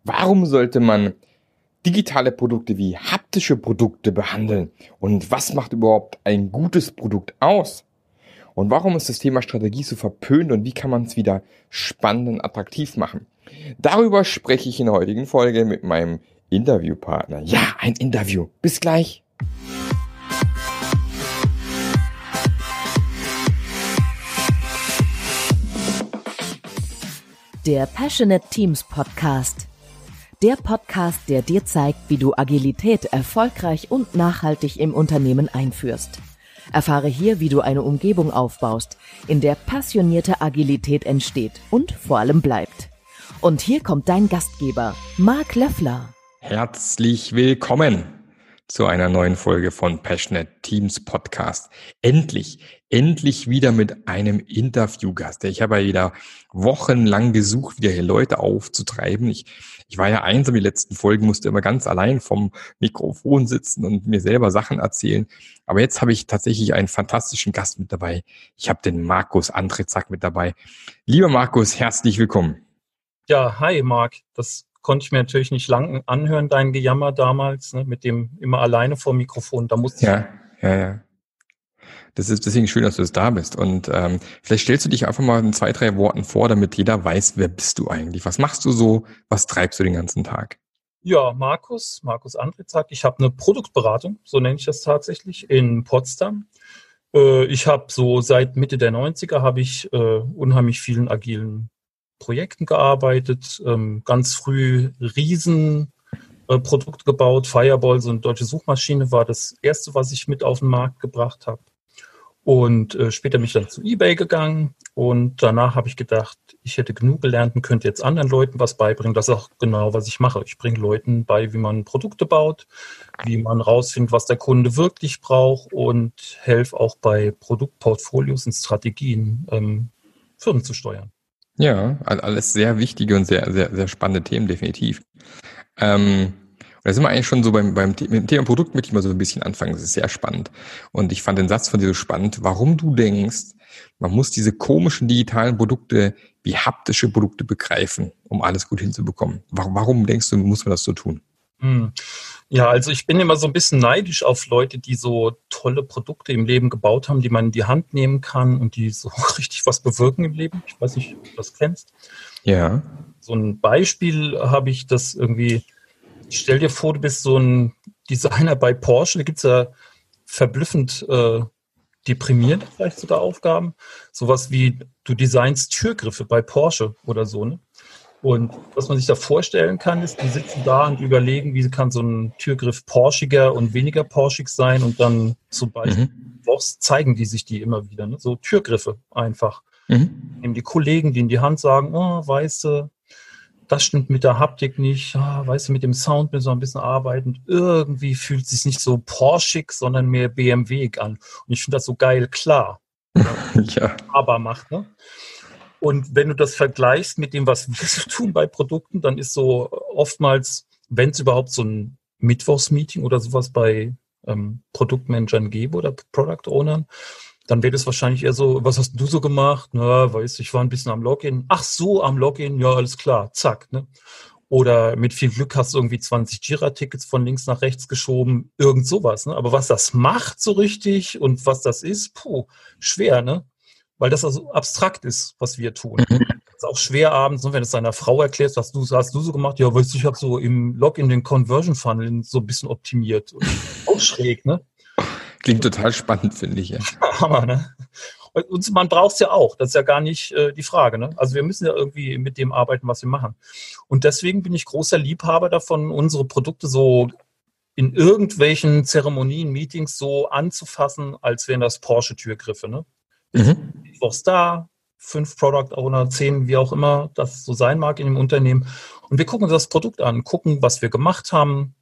Warum sollte man digitale Produkte wie haptische Produkte behandeln? Und was macht überhaupt ein gutes Produkt aus? Und warum ist das Thema Strategie so verpönt und wie kann man es wieder spannend und attraktiv machen? Darüber spreche ich in der heutigen Folge mit meinem Interviewpartner. Ja, ein Interview. Bis gleich. Der Passionate Teams Podcast. Der Podcast, der dir zeigt, wie du Agilität erfolgreich und nachhaltig im Unternehmen einführst. Erfahre hier, wie du eine Umgebung aufbaust, in der passionierte Agilität entsteht und vor allem bleibt. Und hier kommt dein Gastgeber, Marc Löffler. Herzlich willkommen zu einer neuen Folge von Passionate Teams Podcast. Endlich wieder mit einem Interviewgast. Ich habe ja wieder wochenlang gesucht, wieder hier Leute aufzutreiben. Ich war ja einsam, die letzten Folgen musste immer ganz allein vom Mikrofon sitzen und mir selber Sachen erzählen. Aber jetzt habe ich tatsächlich einen fantastischen Gast mit dabei. Ich habe den Markus Andrezak mit dabei. Lieber Markus, herzlich willkommen. Ja, hi Marc. Das konnte ich mir natürlich nicht lang anhören, dein Gejammer damals, ne, mit dem immer alleine vor dem Mikrofon. Da musste Ja. Das ist deswegen schön, dass du da bist. Und vielleicht stellst du dich einfach mal in 2, 3 Worten vor, damit jeder weiß, wer bist du eigentlich? Was machst du so? Was treibst du den ganzen Tag? Ja, Markus Andrezak. Ich habe eine Produktberatung, so nenne ich das tatsächlich, in Potsdam. Ich habe so seit Mitte der 90er habe ich unheimlich vielen agilen Projekten gearbeitet, ganz früh Riesenprodukte gebaut. Fireball, so eine deutsche Suchmaschine, war das erste, was ich mit auf den Markt gebracht habe. Und später bin ich dann zu eBay gegangen und danach habe ich gedacht, ich hätte genug gelernt und könnte jetzt anderen Leuten was beibringen. Das ist auch genau, was ich mache. Ich bringe Leuten bei, wie man Produkte baut, wie man rausfindet, was der Kunde wirklich braucht und helfe auch bei Produktportfolios und Strategien, Firmen zu steuern. Ja, alles sehr wichtige und sehr, sehr, sehr spannende Themen, definitiv. Und da sind wir eigentlich schon so mit dem Thema Produkt, möchte ich mal so ein bisschen anfangen. Das ist sehr spannend. Und ich fand den Satz von dir so spannend, warum du denkst, man muss diese komischen digitalen Produkte wie haptische Produkte begreifen, um alles gut hinzubekommen. Warum denkst du, muss man das so tun? Ja, also ich bin immer so ein bisschen neidisch auf Leute, die so tolle Produkte im Leben gebaut haben, die man in die Hand nehmen kann und die so richtig was bewirken im Leben. Ich weiß nicht, ob du das kennst. Ja. So ein Beispiel habe ich das irgendwie, stell dir vor, du bist so ein Designer bei Porsche, da gibt es ja verblüffend deprimierende vielleicht sogar Aufgaben. Sowas wie, du designst Türgriffe bei Porsche oder so, ne? Und was man sich da vorstellen kann, ist, die sitzen da und überlegen, wie kann so ein Türgriff porschiger und weniger porschig sein und dann zum Beispiel zeigen die sich die immer wieder, ne? So Türgriffe einfach. Nehmen die Kollegen, die in die Hand sagen, oh, weißt du, das stimmt mit der Haptik nicht, weißt du, mit dem Sound müssen wir ein bisschen arbeiten. Irgendwie fühlt es sich nicht so porschig, sondern mehr BMW-ig an. Und ich finde das so geil, klar. Ja. Aber macht, ne? Und wenn du das vergleichst mit dem, was wir so tun bei Produkten, dann ist so oftmals, wenn es überhaupt so ein Mittwochsmeeting oder sowas bei Produktmanagern gäbe oder Product Ownern, dann wäre das wahrscheinlich eher so, was hast du so gemacht? Na, weißt du, ich war ein bisschen am Login. Ach so, am Login, ja, alles klar, zack, ne? Oder mit viel Glück hast du irgendwie 20 Jira-Tickets von links nach rechts geschoben, irgend sowas, ne? Aber was das macht so richtig und was das ist, schwer, ne? Weil das also abstrakt ist, was wir tun. Das ist auch schwer abends, wenn du es deiner Frau erklärst, hast du so gemacht, ja, weißt du, ich habe so im Login den Conversion Funnel so ein bisschen optimiert. Und auch schräg, ne? Klingt total spannend, finde ich. Ja. Hammer, ne? Und man braucht es ja auch, das ist ja gar nicht die Frage, ne? Also wir müssen ja irgendwie mit dem arbeiten, was wir machen. Und deswegen bin ich großer Liebhaber davon, unsere Produkte so in irgendwelchen Zeremonien, Meetings so anzufassen, als wären das Porsche-Türgriffe, ne? Mittwochs da, 5 Product Owner, 10, wie auch immer das so sein mag in dem Unternehmen. Und wir gucken uns das Produkt an, gucken, was wir gemacht haben,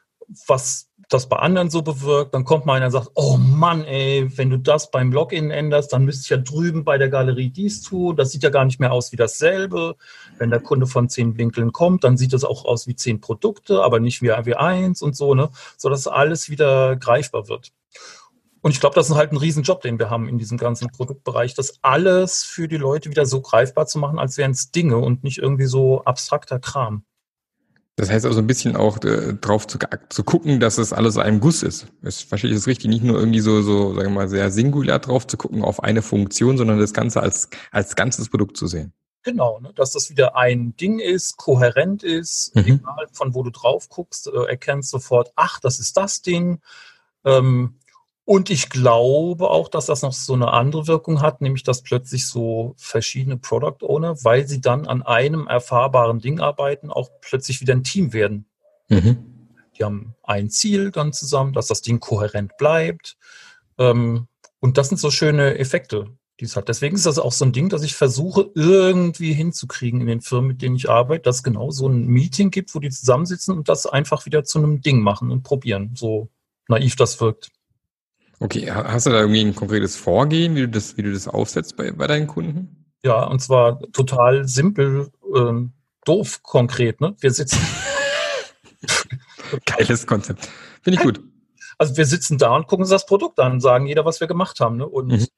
was das bei anderen so bewirkt. Dann kommt mal einer und sagt, oh Mann, ey, wenn du das beim Login änderst, dann müsste ich ja drüben bei der Galerie dies tun. Das sieht ja gar nicht mehr aus wie dasselbe. Wenn der Kunde von 10 Winkeln kommt, dann sieht das auch aus wie 10 Produkte, aber nicht wie eins und so, ne? Sodass alles wieder greifbar wird. Und ich glaube, das ist halt ein Riesenjob, den wir haben in diesem ganzen Produktbereich, das alles für die Leute wieder so greifbar zu machen, als wären es Dinge und nicht irgendwie so abstrakter Kram. Das heißt also ein bisschen auch drauf zu gucken, dass es alles einem Guss ist. Verstehe ich das richtig? Nicht nur irgendwie so, sagen wir mal, sehr singular drauf zu gucken auf eine Funktion, sondern das Ganze als ganzes Produkt zu sehen. Genau, ne, dass das wieder ein Ding ist, kohärent ist, egal von wo du drauf guckst, erkennst sofort, ach, das ist das Ding. Und ich glaube auch, dass das noch so eine andere Wirkung hat, nämlich dass plötzlich so verschiedene Product Owner, weil sie dann an einem erfahrbaren Ding arbeiten, auch plötzlich wieder ein Team werden. Die haben ein Ziel dann zusammen, dass das Ding kohärent bleibt. Und das sind so schöne Effekte, die es hat. Deswegen ist das auch so ein Ding, dass ich versuche, irgendwie hinzukriegen in den Firmen, mit denen ich arbeite, dass es genau so ein Meeting gibt, wo die zusammensitzen und das einfach wieder zu einem Ding machen und probieren, so naiv das wirkt. Okay, hast du da irgendwie ein konkretes Vorgehen, wie du das aufsetzt bei deinen Kunden? Ja, und zwar total simpel, doof konkret, ne? Wir sitzen. Geiles Konzept. Finde ich gut. Also wir sitzen da und gucken uns das Produkt an, sagen jeder, was wir gemacht haben, ne? Und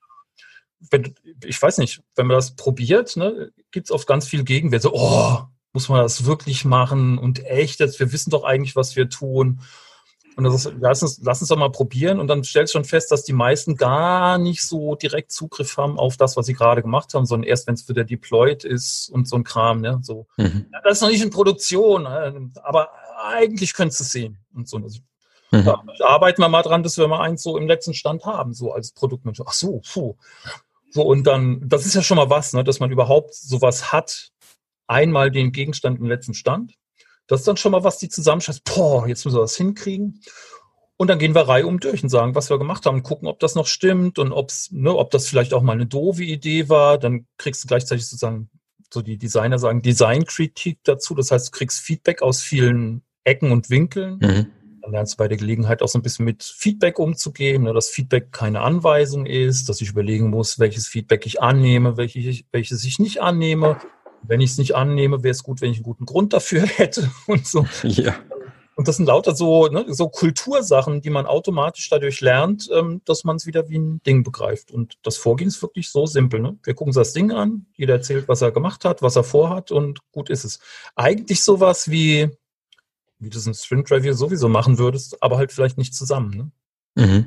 ich weiß nicht, wenn man das probiert, ne, gibt es oft ganz viel Gegenwehr. So, muss man das wirklich machen? Und echt, wir wissen doch eigentlich, was wir tun. Und das ist, lass uns doch mal probieren. Und dann stellst du schon fest, dass die meisten gar nicht so direkt Zugriff haben auf das, was sie gerade gemacht haben, sondern erst, wenn es wieder deployed ist und so ein Kram. Ne? So, ja, das ist noch nicht in Produktion, aber eigentlich könntest du es sehen. Und so. Da arbeiten wir mal dran, bis wir mal eins so im letzten Stand haben, so als Produktmanager. Ach so, puh. So, und dann, das ist ja schon mal was, ne, dass man überhaupt sowas hat, einmal den Gegenstand im letzten Stand. Das ist dann schon mal was, die zusammenscheißt. Jetzt müssen wir das hinkriegen. Und dann gehen wir reihum durch und sagen, was wir gemacht haben, gucken, ob das noch stimmt und ob das vielleicht auch mal eine doofe Idee war. Dann kriegst du gleichzeitig sozusagen, so die Designer sagen, Designkritik dazu. Das heißt, du kriegst Feedback aus vielen Ecken und Winkeln. Dann lernst du bei der Gelegenheit auch so ein bisschen mit Feedback umzugehen, ne, dass Feedback keine Anweisung ist, dass ich überlegen muss, welches Feedback ich annehme, welches ich nicht annehme. Wenn ich es nicht annehme, wäre es gut, wenn ich einen guten Grund dafür hätte und so. Ja. Und das sind lauter so Kultursachen, die man automatisch dadurch lernt, dass man es wieder wie ein Ding begreift. Und das Vorgehen ist wirklich so simpel. Ne? Wir gucken uns das Ding an, jeder erzählt, was er gemacht hat, was er vorhat und gut ist es. Eigentlich sowas wie du es im Sprint Review sowieso machen würdest, aber halt vielleicht nicht zusammen. Ne?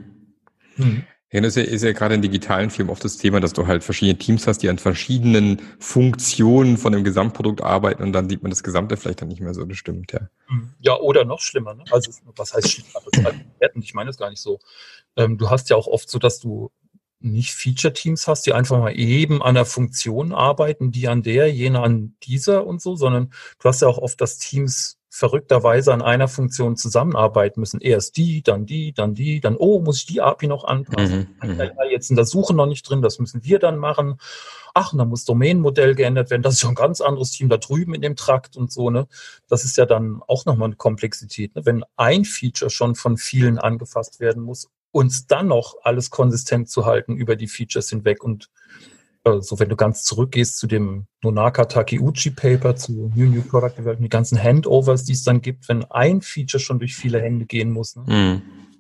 Ja, das ist ja gerade in digitalen Firmen oft das Thema, dass du halt verschiedene Teams hast, die an verschiedenen Funktionen von dem Gesamtprodukt arbeiten und dann sieht man das Gesamte vielleicht dann nicht mehr so, das stimmt, ja. Ja, oder noch schlimmer. Ne? Also, was heißt schlimmer? Ich meine es gar nicht so. Du hast ja auch oft so, dass du nicht Feature-Teams hast, die einfach mal eben an der Funktion arbeiten, die an der, jene an dieser und so, sondern du hast ja auch oft, dass Teams verrückterweise an einer Funktion zusammenarbeiten müssen. Erst die, dann muss ich die API noch anpassen. Jetzt in der Suche noch nicht drin, das müssen wir dann machen. Ach, und dann muss Domänenmodell geändert werden. Das ist schon ein ganz anderes Team da drüben in dem Trakt und so. Ne? Das ist ja dann auch nochmal eine Komplexität. Ne? Wenn ein Feature schon von vielen angefasst werden muss, uns dann noch alles konsistent zu halten über die Features hinweg und so, wenn du ganz zurückgehst zu dem Nonaka Takeuchi Paper, zu New Product Development, die ganzen Handovers, die es dann gibt, wenn ein Feature schon durch viele Hände gehen muss. Ne?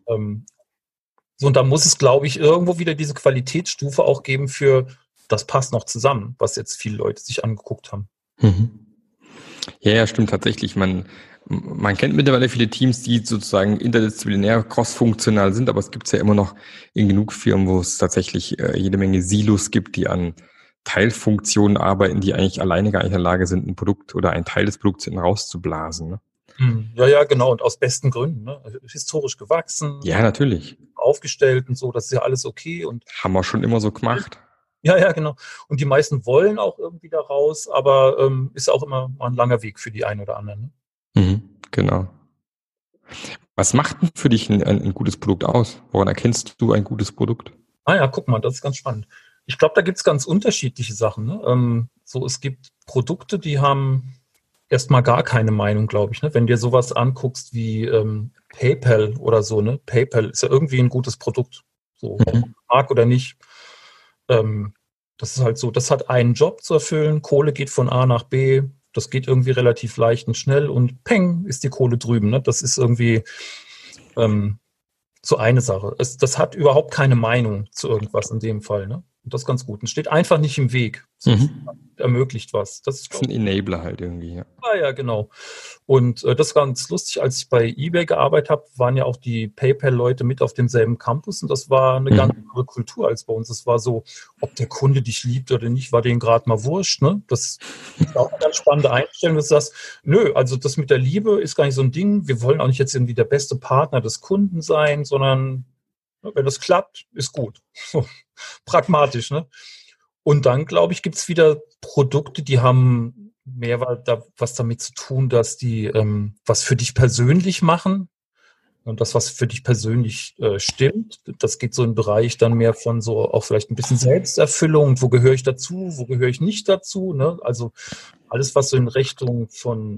So, und da muss es, glaube ich, irgendwo wieder diese Qualitätsstufe auch geben für, das passt noch zusammen, was jetzt viele Leute sich angeguckt haben. Ja, stimmt tatsächlich. Man kennt mittlerweile viele Teams, die sozusagen interdisziplinär cross-funktional sind, aber es gibt es ja immer noch in genug Firmen, wo es tatsächlich jede Menge Silos gibt, die an Teilfunktionen arbeiten, die eigentlich alleine gar nicht in der Lage sind, ein Produkt oder einen Teil des Produkts hinten rauszublasen. Ne? Ja, genau. Und aus besten Gründen. Ne? Historisch gewachsen. Ja, natürlich. Aufgestellt und so, das ist ja alles okay. Und haben wir schon immer so gemacht. Ja, genau. Und die meisten wollen auch irgendwie da raus, aber ist auch immer mal ein langer Weg für die einen oder anderen. Ne? Genau. Was macht denn für dich ein gutes Produkt aus? Woran erkennst du ein gutes Produkt? Ja, guck mal, das ist ganz spannend. Ich glaube, da gibt es ganz unterschiedliche Sachen. Ne? Es gibt Produkte, die haben erstmal gar keine Meinung, glaube ich. Ne? Wenn dir sowas anguckst wie PayPal oder so, ne? PayPal ist ja irgendwie ein gutes Produkt. So, ob man mag oder nicht. Das ist halt so, das hat einen Job zu erfüllen. Kohle geht von A nach B. Das geht irgendwie relativ leicht und schnell und peng, ist die Kohle drüben. Ne? Das ist irgendwie so eine Sache. Das hat überhaupt keine Meinung zu irgendwas in dem Fall. Ne? Und das ist ganz gut. Und steht einfach nicht im Weg. Ermöglicht was. Das ist ein Enabler halt irgendwie, ja. Ja, genau. Und das ist ganz lustig, als ich bei eBay gearbeitet habe, waren ja auch die PayPal-Leute mit auf demselben Campus und das war eine ganz andere Kultur als bei uns. Es war so, ob der Kunde dich liebt oder nicht, war denen gerade mal wurscht. Ne? Das ist auch eine ganz spannende Einstellung, dass du sagst, nö, also das mit der Liebe ist gar nicht so ein Ding. Wir wollen auch nicht jetzt irgendwie der beste Partner des Kunden sein, sondern wenn das klappt, ist gut. So, pragmatisch, ne? Und dann, glaube ich, gibt es wieder Produkte, die haben mehr was damit zu tun, dass die was für dich persönlich machen. Und das, was für dich persönlich stimmt, das geht so im Bereich dann mehr von so auch vielleicht ein bisschen Selbsterfüllung. Wo gehöre ich dazu, wo gehöre ich nicht dazu? Ne? Also alles, was so in Richtung von,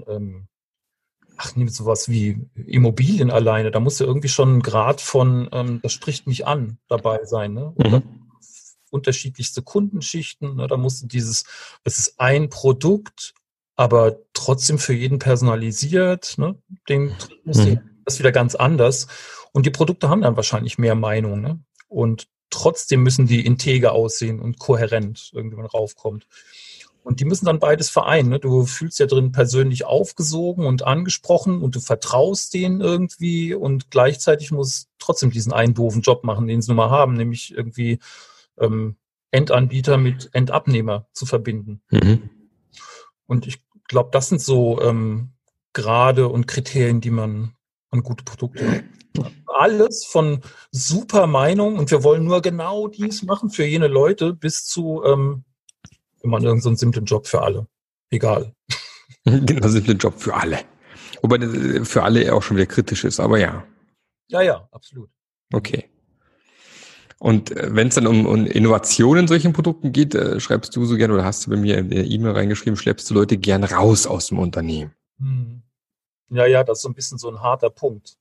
nimm sowas wie Immobilien alleine, da muss ja irgendwie schon ein Grad von, das spricht mich an, dabei sein. Ne? Oder unterschiedlichste Kundenschichten. Ne? Da musst du es ist ein Produkt, aber trotzdem für jeden personalisiert. Ne? Das ist wieder ganz anders. Und die Produkte haben dann wahrscheinlich mehr Meinung. Ne? Und trotzdem müssen die integer aussehen und kohärent, irgendwie man raufkommt. Und die müssen dann beides vereinen. Ne? Du fühlst ja drin persönlich aufgesogen und angesprochen und du vertraust denen irgendwie und gleichzeitig muss trotzdem diesen einen doofen Job machen, den sie nun mal haben, nämlich irgendwie Endanbieter mit Endabnehmer zu verbinden. Und ich glaube, das sind so Grade und Kriterien, die man an gute Produkte hat. Alles von super Meinung und wir wollen nur genau dies machen für jene Leute bis zu immer irgendeinen so simplen Job für alle. Egal. Genau, simplen Job für alle. Wobei das für alle auch schon wieder kritisch ist, aber ja. Ja, absolut. Okay. Und wenn es dann um Innovationen in solchen Produkten geht, schreibst du so gern oder hast du bei mir in der E-Mail reingeschrieben, schleppst du Leute gern raus aus dem Unternehmen? Ja, das ist so ein bisschen so ein harter Punkt.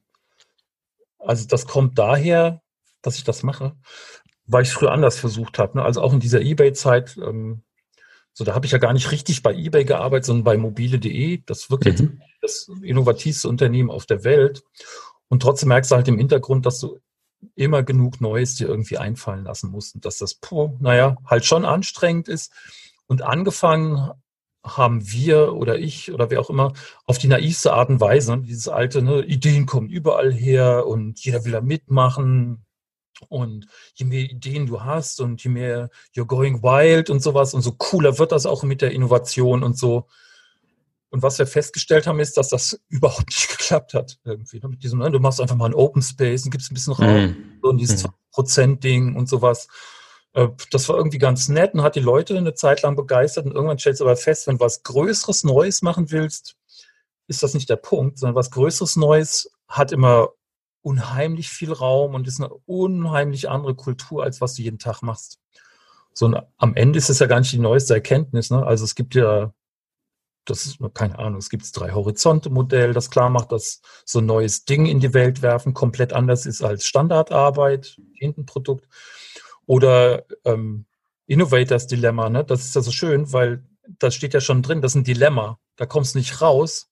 Also das kommt daher, dass ich das mache, weil ich es früher anders versucht habe. Ne? Also auch in dieser eBay-Zeit, da habe ich ja gar nicht richtig bei eBay gearbeitet, sondern bei mobile.de. Das wird jetzt das innovativste Unternehmen auf der Welt. Und trotzdem merkst du halt im Hintergrund, dass du immer genug Neues dir irgendwie einfallen lassen musst. Und dass das, halt schon anstrengend ist. Und angefangen haben wir oder ich oder wer auch immer auf die naivste Art und Weise, dieses alte, ne, Ideen kommen überall her und jeder will da mitmachen. Und je mehr Ideen du hast und je mehr you're going wild und sowas, umso cooler wird das auch mit der Innovation und so. Und was wir festgestellt haben, ist, dass das überhaupt nicht geklappt hat. Irgendwie. Mit diesem, du machst einfach mal einen Open Space und gibst ein bisschen Raum und dieses 20%-Ding und sowas. Das war irgendwie ganz nett und hat die Leute eine Zeit lang begeistert. Und irgendwann stellst du aber fest, wenn du was Größeres, Neues machen willst, ist das nicht der Punkt, sondern was Größeres, Neues hat immer unheimlich viel Raum und ist eine unheimlich andere Kultur, als was du jeden Tag machst. So, und am Ende ist es ja gar nicht die neueste Erkenntnis. Ne? Also es gibt ja, keine Ahnung, es gibt das 3-Horizonte-Modell, das klar macht, dass so ein neues Ding in die Welt werfen komplett anders ist als Standardarbeit, irgendein Produkt. Oder Innovators Dilemma, ne? Das ist ja so schön, weil das steht ja schon drin, das ist ein Dilemma. Da kommst du nicht raus.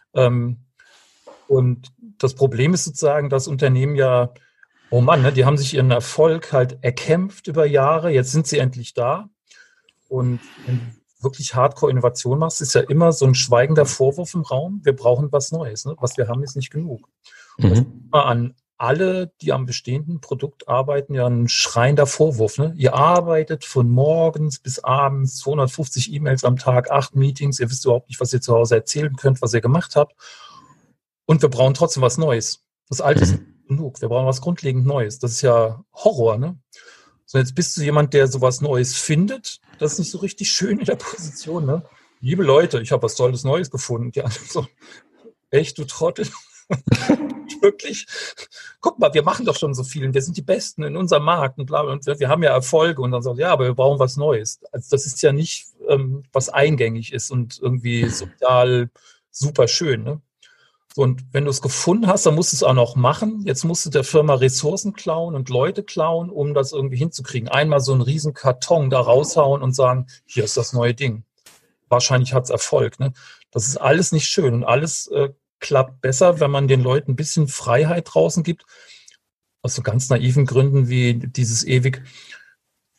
Und das Problem ist sozusagen, dass Unternehmen ja, oh Mann, ne, die haben sich ihren Erfolg halt erkämpft über Jahre, jetzt sind sie endlich da. Und wenn du wirklich Hardcore-Innovation machst, ist ja immer so ein schweigender Vorwurf im Raum, wir brauchen was Neues. Ne? Was wir haben, ist nicht genug. Und das ist immer an alle, die am bestehenden Produkt arbeiten, ja ein schreiender Vorwurf. Ne? Ihr arbeitet von morgens bis abends, 250 E-Mails am Tag, 8 Meetings, ihr wisst überhaupt nicht, was ihr zu Hause erzählen könnt, was ihr gemacht habt. Und wir brauchen trotzdem was Neues. Das Alte ist nicht genug. Wir brauchen was grundlegend Neues. Das ist ja Horror, ne? So, jetzt bist du jemand, der sowas Neues findet. Das ist nicht so richtig schön in der Position, ne? Liebe Leute, ich habe was Tolles Neues gefunden. Die anderen so, echt, du Trottel? Wirklich? Guck mal, wir machen doch schon so viel. Wir sind die Besten in unserem Markt und bla, und wir haben ja Erfolge. Und dann sagt, ja, aber wir brauchen was Neues. Also das ist ja nicht, was eingängig ist und irgendwie sozial super schön, ne? So, und wenn du es gefunden hast, dann musst du es auch noch machen. Jetzt musst du der Firma Ressourcen klauen und Leute klauen, um das irgendwie hinzukriegen. Einmal so einen riesen Karton da raushauen und sagen, hier ist das neue Ding. Wahrscheinlich hat es Erfolg. Ne? Das ist alles nicht schön und alles klappt besser, wenn man den Leuten ein bisschen Freiheit draußen gibt. Aus so ganz naiven Gründen wie dieses ewig,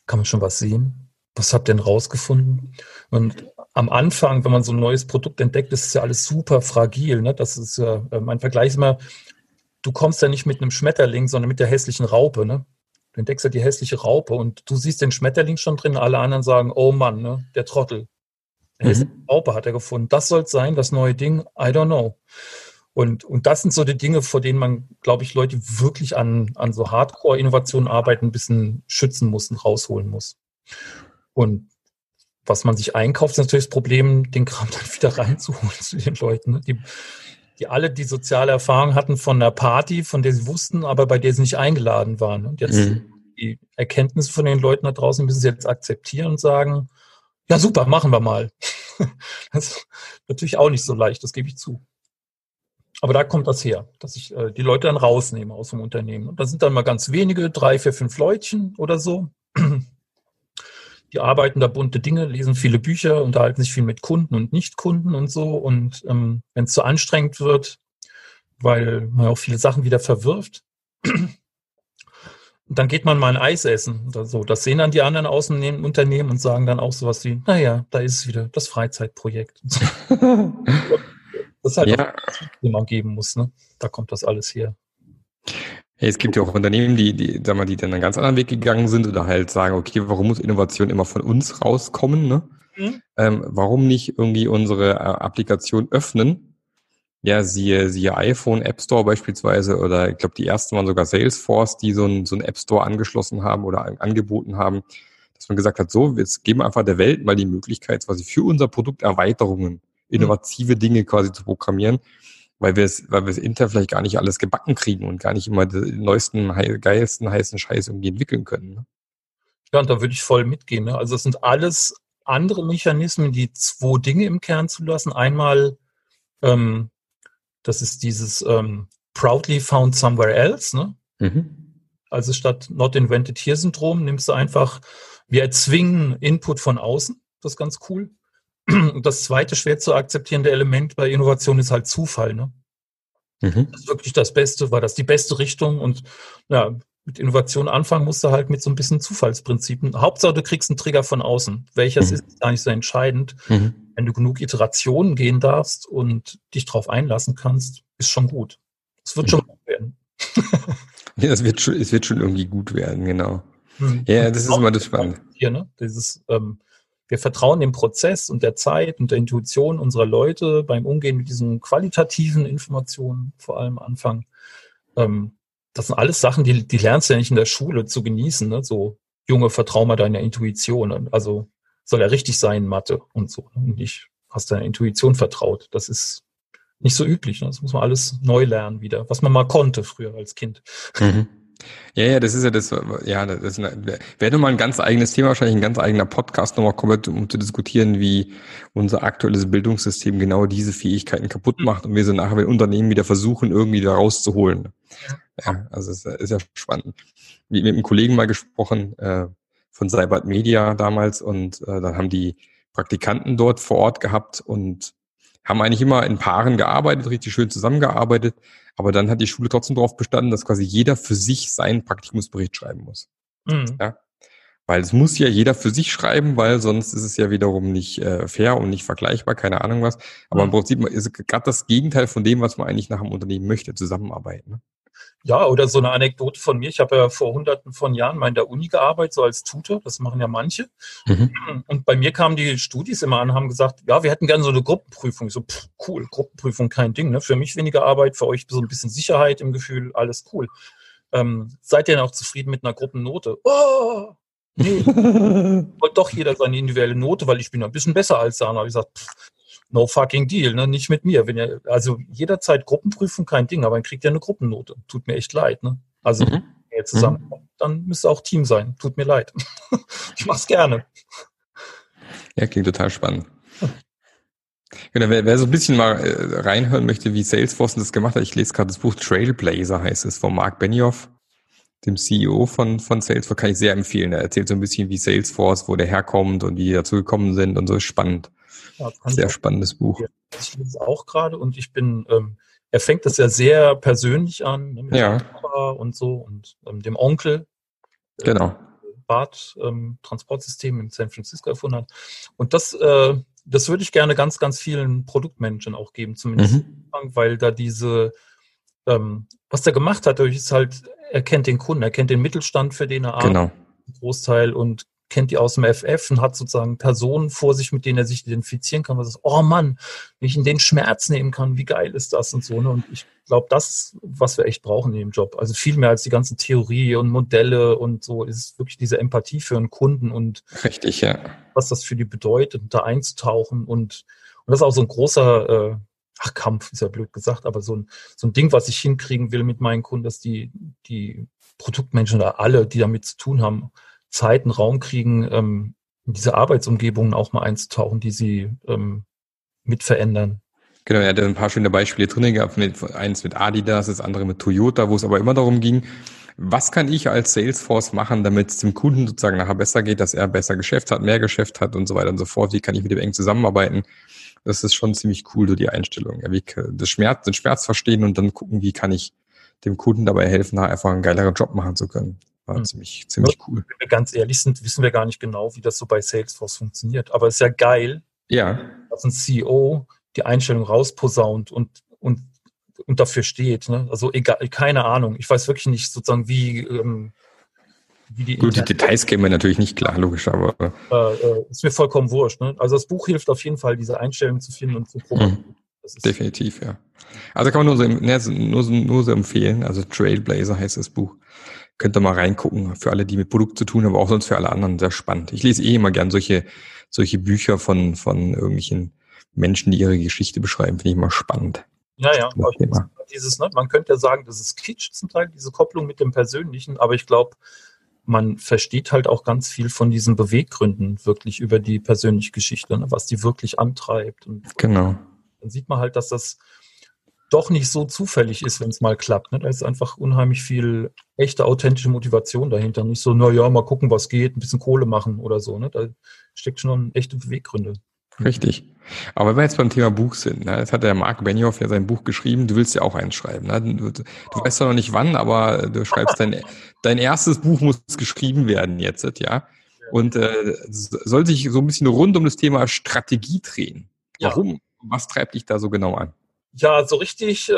Kann man schon was sehen? Was habt ihr denn rausgefunden? Und am Anfang, wenn man so ein neues Produkt entdeckt, ist es ja alles super fragil. Ne? Das ist ja, mein Vergleich ist immer, du kommst ja nicht mit einem Schmetterling, sondern mit der hässlichen Raupe. Ne? Du entdeckst ja die hässliche Raupe und du siehst den Schmetterling schon drin, alle anderen sagen, oh Mann, ne? Der Trottel. Der hässliche Raupe hat er gefunden. Das soll es sein, das neue Ding, I don't know. Und das sind so die Dinge, vor denen man, glaube ich, Leute wirklich an so Hardcore-Innovationen arbeiten, ein bisschen schützen muss und rausholen muss. Und was man sich einkauft, ist natürlich das Problem, den Kram dann wieder reinzuholen zu den Leuten, ne? Die alle die soziale Erfahrung hatten von einer Party, von der sie wussten, aber bei der sie nicht eingeladen waren. Und jetzt die Erkenntnisse von den Leuten da draußen müssen sie jetzt akzeptieren und sagen, ja super, machen wir mal. Das ist natürlich auch nicht so leicht, das gebe ich zu. Aber da kommt das her, dass ich die Leute dann rausnehme aus dem Unternehmen. Und da sind dann mal ganz wenige, 3, 4, 5 Leutchen oder so. Die arbeiten da bunte Dinge, lesen viele Bücher, unterhalten sich viel mit Kunden und Nicht-Kunden und so. Und wenn es zu anstrengend wird, weil man auch viele Sachen wieder verwirft, dann geht man mal ein Eis essen oder so. Das sehen dann die anderen aus dem Unternehmen und sagen dann auch sowas wie, naja, da ist es wieder, das Freizeitprojekt. Das ist halt das, was man geben muss, ne? Da kommt das alles her. Hey, es gibt ja auch Unternehmen, die dann einen ganz anderen Weg gegangen sind oder halt sagen, okay, warum muss Innovation immer von uns rauskommen, ne? Warum nicht irgendwie unsere Applikation öffnen? Ja, siehe iPhone, App Store beispielsweise, oder ich glaube, die ersten waren sogar Salesforce, die so einen App Store angeschlossen haben oder angeboten haben, dass man gesagt hat, so, jetzt geben wir einfach der Welt mal die Möglichkeit, quasi für unser Produkt Erweiterungen, innovative Dinge quasi zu programmieren, weil wir es intern vielleicht gar nicht alles gebacken kriegen und gar nicht immer den neuesten, geilsten, heißen Scheiß irgendwie entwickeln können. Ne? Ja, und da würde ich voll mitgehen. Ne? Also es sind alles andere Mechanismen, die 2 Dinge im Kern zulassen. Einmal, das ist dieses proudly found somewhere else. Ne? Also statt not invented here Syndrom nimmst du einfach, wir erzwingen Input von außen. Das ist ganz cool. Und das zweite schwer zu akzeptierende Element bei Innovation ist halt Zufall. Ne? Das ist wirklich das Beste, war das die beste Richtung. Und ja, mit Innovation anfangen musst du halt mit so ein bisschen Zufallsprinzipien. Hauptsache, du kriegst einen Trigger von außen. Welches ist gar nicht so entscheidend. Wenn du genug Iterationen gehen darfst und dich drauf einlassen kannst, ist schon gut. Es wird schon gut werden. Ja, es wird schon irgendwie gut werden, genau. Ja, das ist immer das Spannende. Hier, ne? Wir vertrauen dem Prozess und der Zeit und der Intuition unserer Leute beim Umgehen mit diesen qualitativen Informationen, vor allem am Anfang. Das sind alles Sachen, die lernst du ja nicht in der Schule zu genießen. Ne? So, Junge, vertrau mal deiner Intuition. Also soll ja richtig sein in Mathe und so. Und nicht hast deiner Intuition vertraut. Das ist nicht so üblich. Ne? Das muss man alles neu lernen wieder, was man mal konnte früher als Kind. Ja, das ist ja das, wäre nochmal ein ganz eigenes Thema, wahrscheinlich ein ganz eigener Podcast nochmal komplett, um zu diskutieren, wie unser aktuelles Bildungssystem genau diese Fähigkeiten kaputt macht und wir so nachher mit Unternehmen wieder versuchen, irgendwie da rauszuholen. Ja, also es ist ja spannend. Wie mit einem Kollegen mal gesprochen, von Cybert Media damals, und dann haben die Praktikanten dort vor Ort gehabt und haben eigentlich immer in Paaren gearbeitet, richtig schön zusammengearbeitet, aber dann hat die Schule trotzdem darauf bestanden, dass quasi jeder für sich seinen Praktikumsbericht schreiben muss. Ja? Weil es muss ja jeder für sich schreiben, weil sonst ist es ja wiederum nicht fair und nicht vergleichbar, keine Ahnung was. Aber im Prinzip ist es gerade das Gegenteil von dem, was man eigentlich nach einem Unternehmen möchte, zusammenarbeiten. Ne? Ja, oder so eine Anekdote von mir. Ich habe ja vor Hunderten von Jahren mal in der Uni gearbeitet, so als Tutor. Das machen ja manche. Und bei mir kamen die Studis immer an und haben gesagt, ja, wir hätten gerne so eine Gruppenprüfung. Ich so, cool, Gruppenprüfung, kein Ding. Ne? Für mich weniger Arbeit, für euch so ein bisschen Sicherheit im Gefühl, alles cool. Seid ihr denn auch zufrieden mit einer Gruppennote? Oh, nee, wollte doch jeder seine individuelle Note, weil ich bin ein bisschen besser als der andere. Habe ich gesagt, no fucking deal, ne? Nicht mit mir. Wenn ihr, also jederzeit Gruppenprüfung, kein Ding, aber dann kriegt ihr eine Gruppennote. Tut mir echt leid, ne? Also, wenn ihr zusammenkommt, dann müsst ihr auch Team sein. Tut mir leid. Ich mach's gerne. Ja, klingt total spannend. Genau, wer so ein bisschen mal reinhören möchte, wie Salesforce das gemacht hat, ich lese gerade das Buch Trailblazer, heißt es, von Mark Benioff, dem CEO von Salesforce, kann ich sehr empfehlen. Er erzählt so ein bisschen, wie Salesforce, wo der herkommt und wie die dazu gekommen sind und so, ist spannend. Ja, sehr spannendes Buch. Ich lese es auch gerade und ich bin, er fängt das ja sehr persönlich an, ne, mit dem Papa und so und dem Onkel. Genau. Bad-Transportsystem in San Francisco erfunden hat. Und das würde ich gerne ganz, ganz vielen Produktmanagern auch geben, zumindest am Anfang, weil da was der gemacht hat, ist halt, er kennt den Kunden, er kennt den Mittelstand, für den er arbeitet, einen Großteil, und kennt die aus dem FF und hat sozusagen Personen vor sich, mit denen er sich identifizieren kann, was ist, oh Mann, wenn ich in den Schmerz nehmen kann, wie geil ist das und so. Ne? Und ich glaube, das ist, was wir echt brauchen in dem Job. Also viel mehr als die ganze Theorie und Modelle und so, ist wirklich diese Empathie für einen Kunden und richtig, ja, was das für die bedeutet, da einzutauchen. Und das ist auch so ein großer Kampf, ist ja blöd gesagt, aber so ein Ding, was ich hinkriegen will mit meinen Kunden, dass die Produktmenschen oder alle, die damit zu tun haben, Zeit, einen Raum kriegen, in diese Arbeitsumgebungen auch mal einzutauchen, die sie mit verändern. Genau, er hat ein paar schöne Beispiele drin gehabt, eins mit Adidas, das andere mit Toyota, wo es aber immer darum ging, was kann ich als Salesforce machen, damit es dem Kunden sozusagen nachher besser geht, dass er besser Geschäft hat, mehr Geschäft hat und so weiter und so fort. Wie kann ich mit dem eng zusammenarbeiten? Das ist schon ziemlich cool, so die Einstellung. Ja, den Schmerz verstehen und dann gucken, wie kann ich dem Kunden dabei helfen, einfach einen geileren Job machen zu können. War ziemlich cool. Wenn wir ganz ehrlich sind, wissen wir gar nicht genau, wie das so bei Salesforce funktioniert. Aber es ist ja geil, dass ein CEO die Einstellung rausposaunt und dafür steht. Ne? Also egal, keine Ahnung. Ich weiß wirklich nicht sozusagen, wie die... Gut, die Details kennen wir natürlich nicht, klar, logisch, aber... ist mir vollkommen wurscht. Ne? Also das Buch hilft auf jeden Fall, diese Einstellung zu finden und zu probieren. Definitiv, ja. Also kann man nur so empfehlen. Also Trailblazer heißt das Buch. Könnt ihr mal reingucken, für alle, die mit Produkt zu tun haben, aber auch sonst für alle anderen. Sehr spannend. Ich lese immer gern solche Bücher von irgendwelchen Menschen, die ihre Geschichte beschreiben. Finde ich immer spannend. Ja. Man könnte ja sagen, das ist Kitsch zum Teil, diese Kopplung mit dem Persönlichen, aber ich glaube, man versteht halt auch ganz viel von diesen Beweggründen wirklich über die persönliche Geschichte, ne, was die wirklich antreibt. Und genau. Dann sieht man halt, dass das doch nicht so zufällig ist, wenn es mal klappt. Ne? Da ist einfach unheimlich viel echte, authentische Motivation dahinter. Nicht so, mal gucken, was geht, ein bisschen Kohle machen oder so. Ne? Da steckt schon echte Beweggründe. Richtig. Aber wenn wir jetzt beim Thema Buch sind, ne, jetzt hat der Mark Benioff ja sein Buch geschrieben, du willst ja auch eins schreiben. Ne? Du weißt zwar noch nicht wann, aber du schreibst dein erstes Buch muss geschrieben werden jetzt, ja. Und soll sich so ein bisschen rund um das Thema Strategie drehen. Warum? Ja. Was treibt dich da so genau an? Ja, so richtig,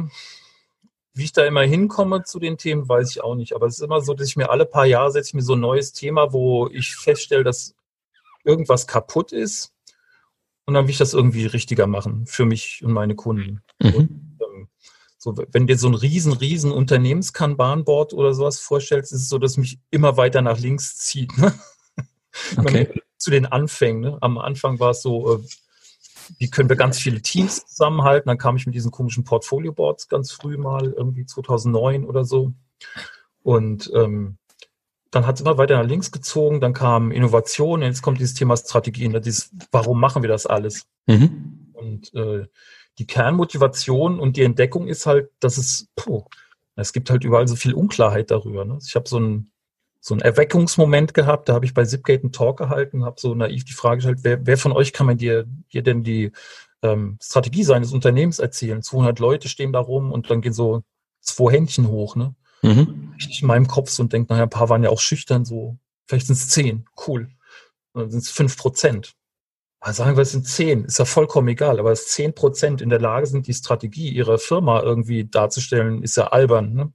wie ich da immer hinkomme zu den Themen, weiß ich auch nicht. Aber es ist immer so, dass ich mir alle paar Jahre setze ich mir so ein neues Thema, wo ich feststelle, dass irgendwas kaputt ist. Und dann will ich das irgendwie richtiger machen für mich und meine Kunden. Und, so, wenn dir so ein riesen Unternehmenskanban-Board oder sowas vorstellst, ist es so, dass es mich immer weiter nach links zieht. Ne? Okay. Zu den Anfängen. Ne? Am Anfang war es so, wie können wir ganz viele Teams zusammenhalten? Dann kam ich mit diesen komischen Portfolio-Boards ganz früh mal, irgendwie 2009 oder so. Und dann hat es immer weiter nach links gezogen, dann kam Innovation, jetzt kommt dieses Thema Strategien, warum machen wir das alles? Und die Kernmotivation und die Entdeckung ist halt, dass es gibt halt überall so viel Unklarheit darüber. Ne? Ich habe so einen Erweckungsmoment gehabt, da habe ich bei Zipgate einen Talk gehalten, habe so naiv die Frage gestellt, wer von euch kann mir dir denn die Strategie seines Unternehmens erzählen? 200 Leute stehen da rum und dann gehen so 2 Händchen hoch, ne? Ich in meinem Kopf so und denke, ein paar waren ja auch schüchtern, so, vielleicht sind es 10, cool. Dann sind es 5%. Also sagen wir, es sind 10, ist ja vollkommen egal, aber dass 10% in der Lage sind, die Strategie ihrer Firma irgendwie darzustellen, ist ja albern, ne?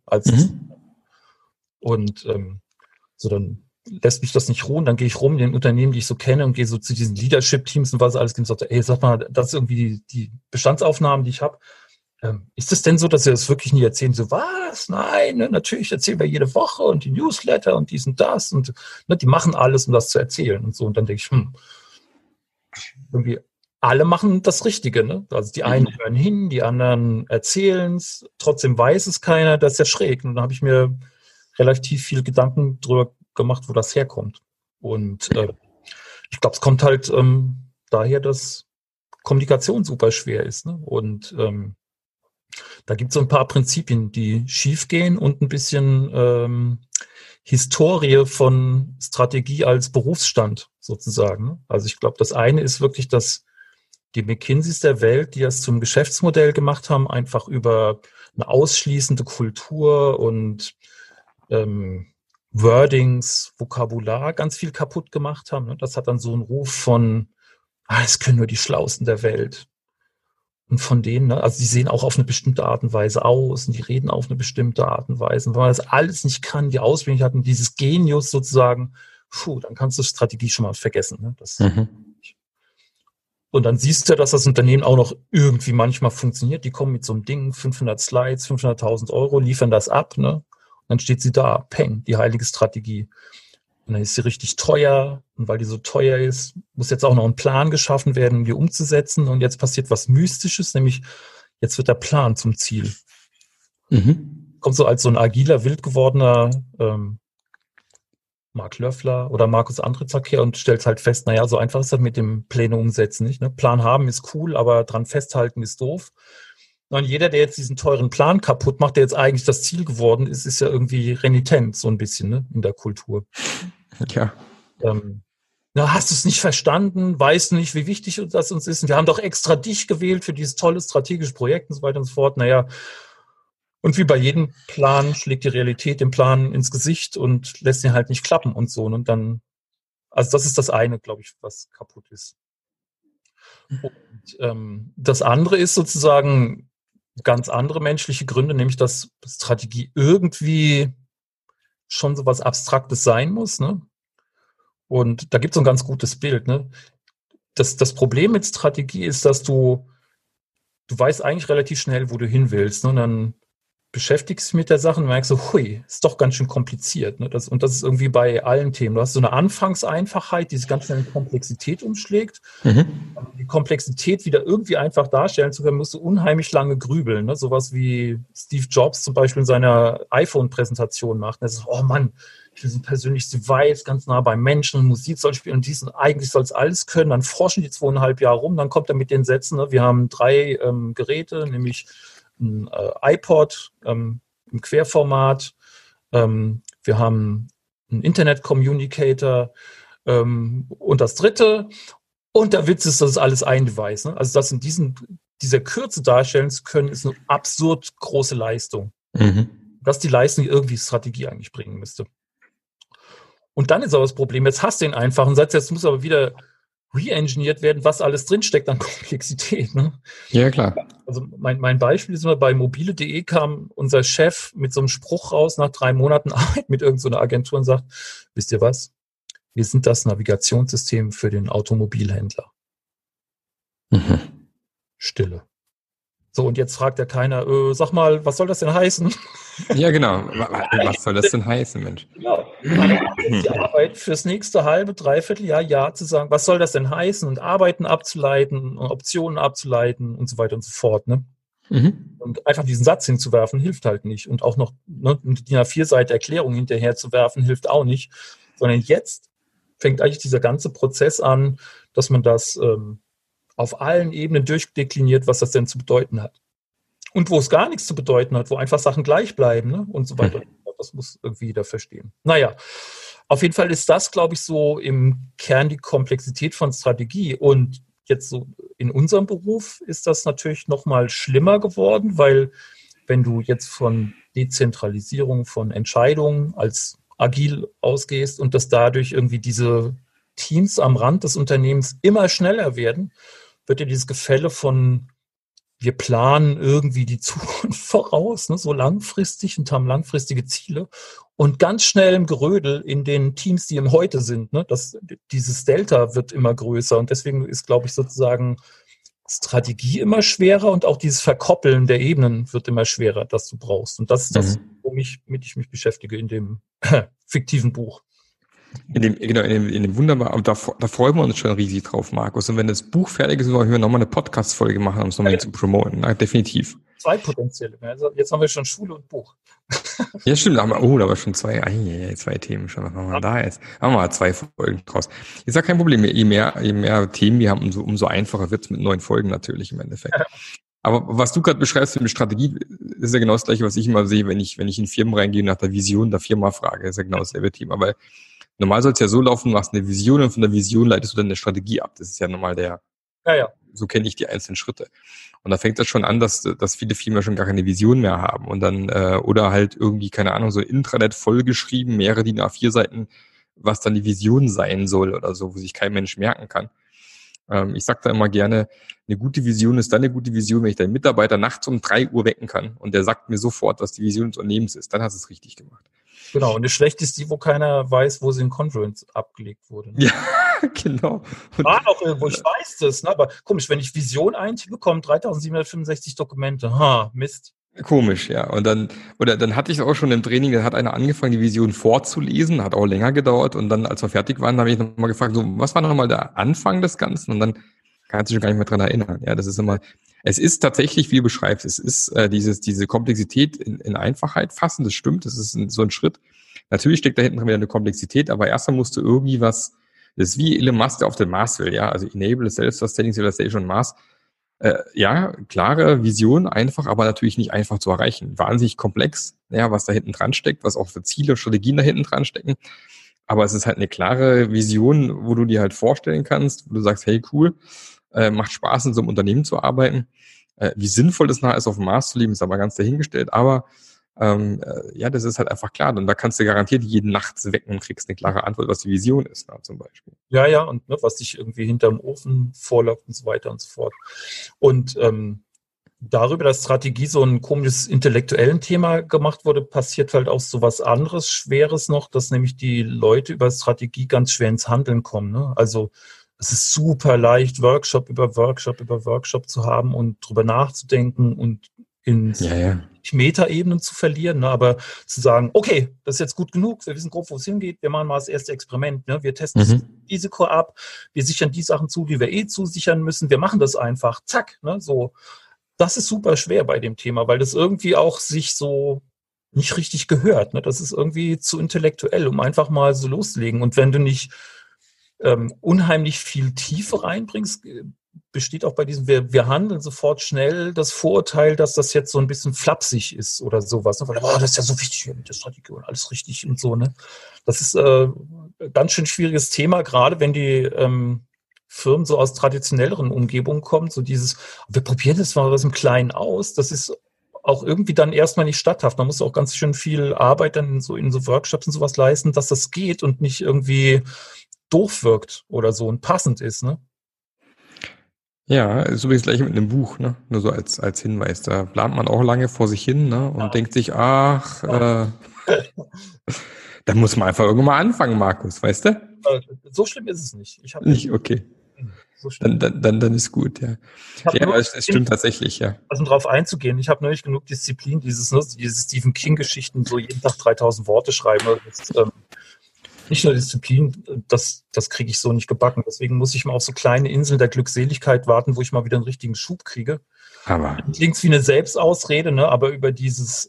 Und so, dann lässt mich das nicht ruhen, dann gehe ich rum in den Unternehmen, die ich so kenne und gehe so zu diesen Leadership-Teams und was alles gibt und sage, sag mal, das ist irgendwie die Bestandsaufnahmen, die ich habe. Ist es denn so, dass ihr das wirklich nie erzählen? So, was? Nein, ne? Natürlich erzählen wir jede Woche und die Newsletter und dies und das und ne, die machen alles, um das zu erzählen und so. Und dann denke ich, irgendwie alle machen das Richtige. Ne? Also die einen hören hin, die anderen erzählen es, trotzdem weiß es keiner, das ist ja schräg. Und dann habe ich mir relativ viel Gedanken drüber gemacht, wo das herkommt. Und ich glaube, es kommt halt daher, dass Kommunikation super schwer ist. Ne? Und da gibt es so ein paar Prinzipien, die schief gehen und ein bisschen Historie von Strategie als Berufsstand sozusagen. Also ich glaube, das eine ist wirklich, dass die McKinseys der Welt, die das zum Geschäftsmodell gemacht haben, einfach über eine ausschließende Kultur und Wordings, Vokabular ganz viel kaputt gemacht haben. Ne? Das hat dann so einen Ruf von, es können nur die Schlausten der Welt. Und von denen, ne, also die sehen auch auf eine bestimmte Art und Weise aus und die reden auf eine bestimmte Art und Weise. Und wenn man das alles nicht kann, die Ausbildung hat und dieses Genius sozusagen, dann kannst du Strategie schon mal vergessen. Ne? Und dann siehst du, dass das Unternehmen auch noch irgendwie manchmal funktioniert. Die kommen mit so einem Ding, 500 Slides, 500.000 Euro, liefern das ab, ne? Und dann steht sie da, peng, die heilige Strategie. Und dann ist sie richtig teuer. Und weil die so teuer ist, muss jetzt auch noch ein Plan geschaffen werden, um die umzusetzen. Und jetzt passiert was Mystisches, nämlich jetzt wird der Plan zum Ziel. Kommt so als so ein agiler, wild gewordener Mark Löffler oder Markus Andritzak her und stellt halt fest, naja, so einfach ist das mit dem Pläne umsetzen nicht. Ne? Plan haben ist cool, aber dran festhalten ist doof. Und jeder, der jetzt diesen teuren Plan kaputt macht, der jetzt eigentlich das Ziel geworden ist, ist ja irgendwie renitent, so ein bisschen, ne, in der Kultur. Ja. Hast du es nicht verstanden? Weißt du nicht, wie wichtig das uns ist? Und wir haben doch extra dich gewählt für dieses tolle strategische Projekt und so weiter und so fort. Naja, und wie bei jedem Plan schlägt die Realität dem Plan ins Gesicht und lässt ihn halt nicht klappen und so. Und dann, also das ist das eine, glaube ich, was kaputt ist. Und das andere ist sozusagen ganz andere menschliche Gründe, nämlich dass Strategie irgendwie schon so was Abstraktes sein muss, ne? Und da gibt es so ein ganz gutes Bild, ne? Das Problem mit Strategie ist, dass du weißt eigentlich relativ schnell, wo du hin willst, ne? Und dann beschäftigst dich mit der Sache und merkst so, hui, ist doch ganz schön kompliziert, ne? Das ist irgendwie bei allen Themen. Du hast so eine Anfangseinfachheit, die sich ganz schnell in Komplexität umschlägt. Die Komplexität wieder irgendwie einfach darstellen zu können, musst du unheimlich lange grübeln, ne? Sowas wie Steve Jobs zum Beispiel in seiner iPhone-Präsentation macht. Er sagt, oh Mann, ich will so ein persönliches Device, ganz nah beim Menschen und Musik soll spielen und dies und eigentlich soll es alles können. Dann forschen die 2,5 Jahre rum, dann kommt er mit den Sätzen, ne? Wir haben 3 Geräte, nämlich ein iPod im Querformat, wir haben einen Internet-Communicator und das dritte. Und der Witz ist, das ist alles ein Device. Ne? Also das in dieser Kürze darstellen zu können, ist eine absurd große Leistung. Das ist die Leistung, die irgendwie Strategie eigentlich bringen müsste. Und dann ist aber das Problem, jetzt hast du den einfachen Satz, jetzt muss aber wieder re-engineert werden, was alles drinsteckt an Komplexität. Ne? Ja, klar. Also mein Beispiel ist immer, bei mobile.de kam unser Chef mit so einem Spruch raus, nach 3 Monaten Arbeit mit irgendeiner Agentur und sagt, wisst ihr was? Wir sind das Navigationssystem für den Automobilhändler. Stille. So, und jetzt fragt ja keiner, sag mal, was soll das denn heißen? Ja, genau. Was soll das denn heißen, Mensch? Genau. Die Arbeit fürs nächste halbe, dreiviertel Jahr zu sagen, was soll das denn heißen? Und Arbeiten abzuleiten, Optionen abzuleiten und so weiter und so fort. Ne? Und einfach diesen Satz hinzuwerfen, hilft halt nicht. Und auch noch eine DIN A4-Seite Erklärung hinterher zu werfen, hilft auch nicht. Sondern jetzt fängt eigentlich dieser ganze Prozess an, dass man das auf allen Ebenen durchdekliniert, was das denn zu bedeuten hat. Und wo es gar nichts zu bedeuten hat, wo einfach Sachen gleich bleiben, ne? Und so weiter. Das muss irgendwie jeder verstehen. Naja, auf jeden Fall ist das, glaube ich, so im Kern die Komplexität von Strategie. Und jetzt so in unserem Beruf ist das natürlich noch mal schlimmer geworden, weil wenn du jetzt von Dezentralisierung von Entscheidungen als agil ausgehst und dass dadurch irgendwie diese Teams am Rand des Unternehmens immer schneller werden, wird ja dieses Gefälle von wir planen irgendwie die Zukunft voraus, ne, so langfristig und haben langfristige Ziele und ganz schnell im Gerödel in den Teams, die im Heute sind. Ne, dieses Delta wird immer größer und deswegen ist, glaube ich, sozusagen Strategie immer schwerer und auch dieses Verkoppeln der Ebenen wird immer schwerer, das du brauchst. Und das ist das, womit ich mich beschäftige in dem fiktiven Buch. In dem wunderbar, und da freuen wir uns schon riesig drauf, Markus. Und wenn das Buch fertig ist, wollen wir nochmal eine Podcast-Folge machen, um es nochmal zu promoten. Na, definitiv. 2 potenzielle. Also jetzt haben wir schon Schule und Buch. Ja, stimmt. Da war schon 2 Themen schon. Was machen wir da jetzt? Haben wir mal 2 Folgen draus. Ist ja kein Problem. Je mehr Themen wir haben, umso einfacher wird es mit 9 Folgen natürlich im Endeffekt. Aber was du gerade beschreibst mit Strategie, ist ja genau das Gleiche, was ich immer sehe, wenn ich in Firmen reingehe und nach der Vision der Firma frage. Das ist ja genau dasselbe Thema. Weil normal soll es ja so laufen, du machst eine Vision und von der Vision leitest du dann eine Strategie ab. Das ist ja normal der so kenne ich die einzelnen Schritte. Und da fängt das schon an, dass viele Firmen schon gar keine Vision mehr haben und dann, oder halt irgendwie, keine Ahnung, so ein Intranet vollgeschrieben, mehrere DIN A4 Seiten, was dann die Vision sein soll oder so, wo sich kein Mensch merken kann. Ich sage da immer gerne, eine gute Vision ist dann eine gute Vision, wenn ich deinen Mitarbeiter nachts um 3 Uhr wecken kann und der sagt mir sofort, was die Vision des Unternehmens ist. Dann hast du es richtig gemacht. Genau, und das Schlechte ist die, wo keiner weiß, wo sie in Confluence abgelegt wurde. Ne? Ja, genau. Auch irgendwo, ich weiß das, ne? Aber komisch, wenn ich Vision eintippe, bekomme 3765 Dokumente. Mist. Komisch, ja. Und dann hatte ich es auch schon im Training, da hat einer angefangen, die Vision vorzulesen, hat auch länger gedauert und dann, als wir fertig waren, habe ich nochmal gefragt, so, was war nochmal der Anfang des Ganzen? Und dann kann sich schon gar nicht mehr dran erinnern. Ja, das ist immer, es ist tatsächlich, wie du beschreibst, es ist diese Komplexität in Einfachheit fassen, das stimmt, das ist so ein Schritt. Natürlich steckt da hinten drin wieder eine Komplexität, aber erstmal musst du irgendwie das ist wie Elon Musk, der auf den Mars will, ja, also Enable Self-Sustaining Civilization on Mars. Ja, klare Vision, einfach, aber natürlich nicht einfach zu erreichen. Wahnsinnig komplex, ja, was da hinten dran steckt, was auch für Ziele, Strategien da hinten dran stecken. Aber es ist halt eine klare Vision, wo du dir halt vorstellen kannst, wo du sagst, hey, cool, macht Spaß, in so einem Unternehmen zu arbeiten. Wie sinnvoll das nachher ist, auf dem Mars zu leben, ist aber ganz dahingestellt. Aber ja, das ist halt einfach klar. Und da kannst du garantiert jeden nachts wecken und kriegst eine klare Antwort, was die Vision ist, zum Beispiel. Ja, und ne, was dich irgendwie hinterm Ofen vorläuft und so weiter und so fort. Und darüber, dass Strategie so ein komisches intellektuellen Thema gemacht wurde, passiert halt auch so was anderes, Schweres noch, dass nämlich die Leute über Strategie ganz schwer ins Handeln kommen. Ne? Also es ist super leicht, Workshop über Workshop zu haben und drüber nachzudenken und ins Metaebenen zu verlieren, ne? Aber zu sagen, okay, das ist jetzt gut genug, wir wissen grob, wo es hingeht, wir machen mal das erste Experiment, ne? Wir testen das Risiko ab, wir sichern die Sachen zu, die wir zusichern müssen, wir machen das einfach, zack, ne? So, das ist super schwer bei dem Thema, weil das irgendwie auch sich so nicht richtig gehört, ne? Das ist irgendwie zu intellektuell, um einfach mal so loszulegen. Und wenn du nicht unheimlich viel Tiefe reinbringst, besteht auch bei diesem, wir handeln sofort schnell, das Vorurteil, dass das jetzt so ein bisschen flapsig ist oder sowas. Ne? Weil, das ist ja so wichtig mit der Strategie und alles richtig und so. Ne? Das ist ganz schön schwieriges Thema, gerade wenn die Firmen so aus traditionelleren Umgebungen kommen. So dieses, wir probieren das mal was im Kleinen aus. Das ist auch irgendwie dann erstmal nicht statthaft. Man muss auch ganz schön viel Arbeit dann in so Workshops und sowas leisten, dass das geht und nicht irgendwie doof wirkt oder so und passend ist, ne? Ja, ist übrigens gleich mit einem Buch, ne? Nur so als Hinweis. Da plant man auch lange vor sich hin, ne? Und denkt sich, da muss man einfach irgendwann mal anfangen, Markus, weißt du? So schlimm ist es nicht. Nicht, okay. So dann ist gut, ja. Ja, aber es stimmt tatsächlich, ja. Also um drauf einzugehen, ich habe noch nicht genug Disziplin, diese Stephen King-Geschichten, so jeden Tag 3000 Worte schreiben. Nicht nur Disziplin, das kriege ich so nicht gebacken. Deswegen muss ich mal auf so kleine Inseln der Glückseligkeit warten, wo ich mal wieder einen richtigen Schub kriege. Aber klingt wie eine Selbstausrede, ne? Aber über dieses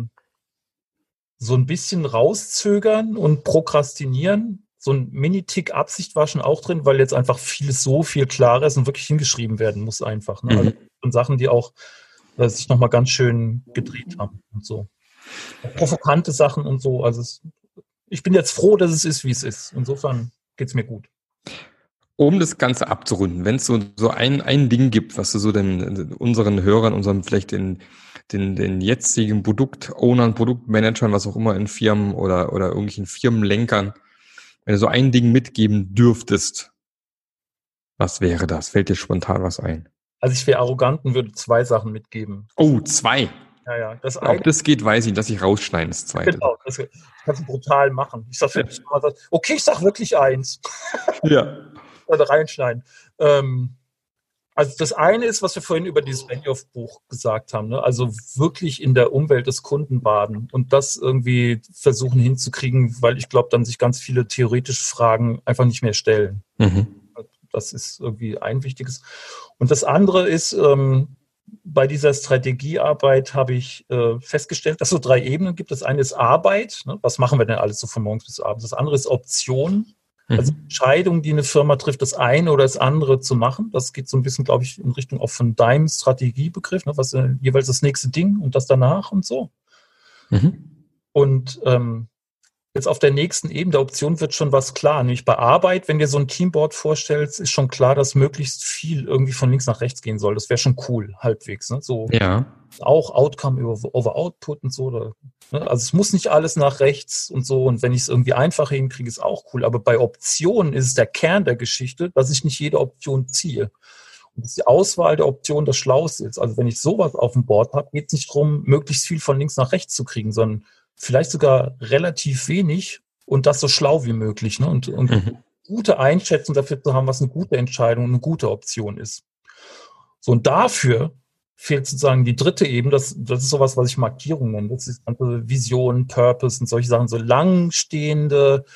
so ein bisschen rauszögern und prokrastinieren, so ein Mini-Tick Absicht war schon auch drin, weil jetzt einfach vieles so viel klarer ist und wirklich hingeschrieben werden muss einfach. Ne? Also Sachen, die auch sich nochmal ganz schön gedreht haben und so. Provokante Sachen und so. Also ich bin jetzt froh, dass es ist, wie es ist. Insofern geht's mir gut. Um das Ganze abzurunden, wenn es so ein Ding gibt, was du so unseren Hörern, vielleicht den jetzigen Produkt-Ownern, Produktmanagern, was auch immer in Firmen oder irgendwelchen Firmenlenkern, wenn du so ein Ding mitgeben dürftest, was wäre das? Fällt dir spontan was ein? Also ich wäre arrogant und würde 2 Sachen mitgeben. Oh, 2? Ja. Ob das geht, weiß ich, dass ich rausschneiden, das 2. Genau, das kannst du brutal machen. Ich sag wirklich mal, okay, ich sag wirklich 1. Ja. Oder reinschneiden. Also das eine ist, was wir vorhin über dieses Benioff-Buch gesagt haben, ne? Also wirklich in der Umwelt des Kunden baden und das irgendwie versuchen hinzukriegen, weil ich glaube, dann sich ganz viele theoretische Fragen einfach nicht mehr stellen. Das ist irgendwie ein wichtiges. Und das andere ist, bei dieser Strategiearbeit habe ich festgestellt, dass es so 3 Ebenen gibt. Das eine ist Arbeit. Ne? Was machen wir denn alles so von morgens bis abends? Das andere ist Option. Also Entscheidungen, die eine Firma trifft, das eine oder das andere zu machen. Das geht so ein bisschen, glaube ich, in Richtung auch von deinem Strategiebegriff, ne? Was jeweils das nächste Ding und das danach und so. Und Jetzt auf der nächsten Ebene der Option wird schon was klar. Nämlich bei Arbeit, wenn dir so ein Teamboard vorstellst, ist schon klar, dass möglichst viel irgendwie von links nach rechts gehen soll. Das wäre schon cool, halbwegs. Ne? So auch Outcome over Output und so. Oder, ne? Also es muss nicht alles nach rechts und so. Und wenn ich es irgendwie einfacher hinkriege, ist auch cool. Aber bei Optionen ist es der Kern der Geschichte, dass ich nicht jede Option ziehe. Und dass die Auswahl der Optionen das Schlauste ist. Also wenn ich sowas auf dem Board habe, geht es nicht darum, möglichst viel von links nach rechts zu kriegen, sondern vielleicht sogar relativ wenig und das so schlau wie möglich. Ne? Und gute Einschätzung dafür zu haben, was eine gute Entscheidung und eine gute Option ist. So, und dafür fehlt sozusagen die dritte Ebene. Das ist sowas, was ich Markierung nenne. Das ist ganze Vision, Purpose und solche Sachen, so langstehende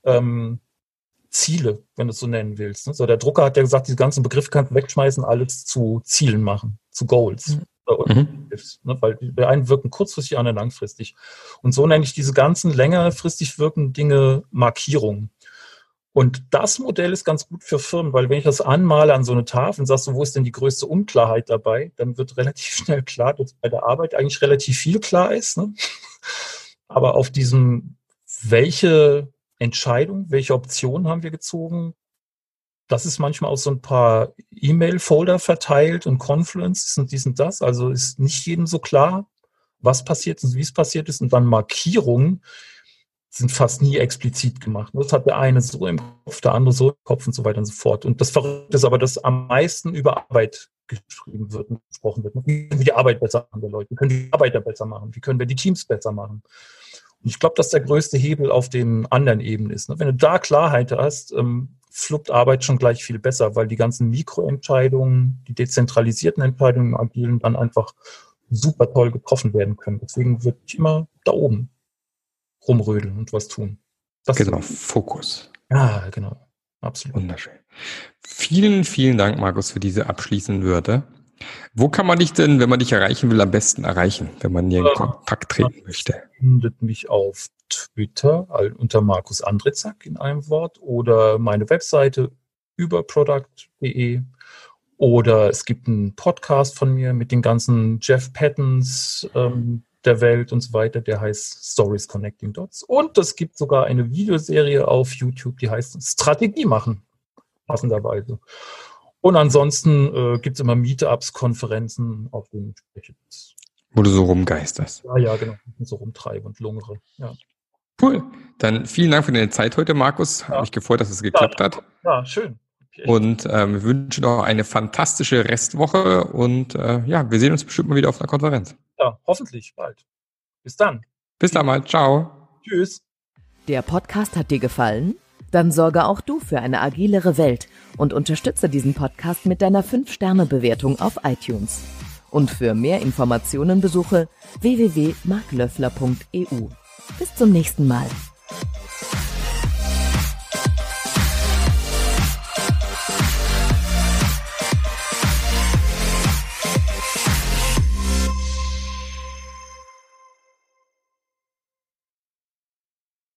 Ziele, wenn du es so nennen willst. Ne? So, der Drucker hat ja gesagt, diese ganzen Begriffe kannst du wegschmeißen, alles zu Zielen machen, zu Goals. Weil die einen wirken kurzfristig, die anderen langfristig. Und so nenne ich diese ganzen längerfristig wirkenden Dinge Markierungen. Und das Modell ist ganz gut für Firmen, weil wenn ich das anmale an so eine Tafel und sagst so, wo ist denn die größte Unklarheit dabei, dann wird relativ schnell klar, dass bei der Arbeit eigentlich relativ viel klar ist. Ne? Aber auf diesem, welche Entscheidung, welche Optionen haben wir gezogen, das ist manchmal aus so ein paar E-Mail-Folder verteilt und Confluence und dies und das. Also ist nicht jedem so klar, was passiert ist und wie es passiert ist. Und dann Markierungen sind fast nie explizit gemacht. Das hat der eine so im Kopf, der andere so im Kopf und so weiter und so fort. Und das Verrückte ist aber, dass am meisten über Arbeit geschrieben wird und gesprochen wird. Wie können wir die Arbeit besser machen der Leute? Wie können wir die Arbeiter besser machen? Wie können wir die Teams besser machen? Und ich glaube, dass der größte Hebel auf den anderen Ebenen ist. Wenn du da Klarheit hast, fluppt Arbeit schon gleich viel besser, weil die ganzen Mikroentscheidungen, die dezentralisierten Entscheidungen im Agilen dann einfach super toll getroffen werden können. Deswegen würde ich immer da oben rumrödeln und was tun. Das genau, Fokus. Ja, genau. Absolut. Wunderschön. Vielen, vielen Dank, Markus, für diese abschließenden Wörter. Wo kann man dich denn, wenn man dich erreichen will, am besten erreichen, wenn man hier in Kontakt treten möchte? Findet mich auf Twitter unter Markus Andritzak in einem Wort oder meine Webseite überproduct.de oder es gibt einen Podcast von mir mit den ganzen Jeff Pattons der Welt und so weiter, der heißt Stories Connecting Dots und es gibt sogar eine Videoserie auf YouTube, die heißt Strategie machen, passenderweise. Und ansonsten gibt es immer Meetups, Konferenzen, auf denen ich spreche. Wo du so rumgeisterst. Ja, genau. So rumtreibe und lungere. Ja. Cool. Dann vielen Dank für deine Zeit heute, Markus. Hat mich gefreut, dass es geklappt hat. Ja, schön. Okay. Und wir wünschen noch eine fantastische Restwoche und wir sehen uns bestimmt mal wieder auf einer Konferenz. Ja, hoffentlich bald. Bis dann. Bis dann mal. Ciao. Tschüss. Der Podcast hat dir gefallen? Dann sorge auch du für eine agilere Welt und unterstütze diesen Podcast mit deiner 5-Sterne-Bewertung auf iTunes. Und für mehr Informationen besuche www.marklöffler.eu. Bis zum nächsten Mal.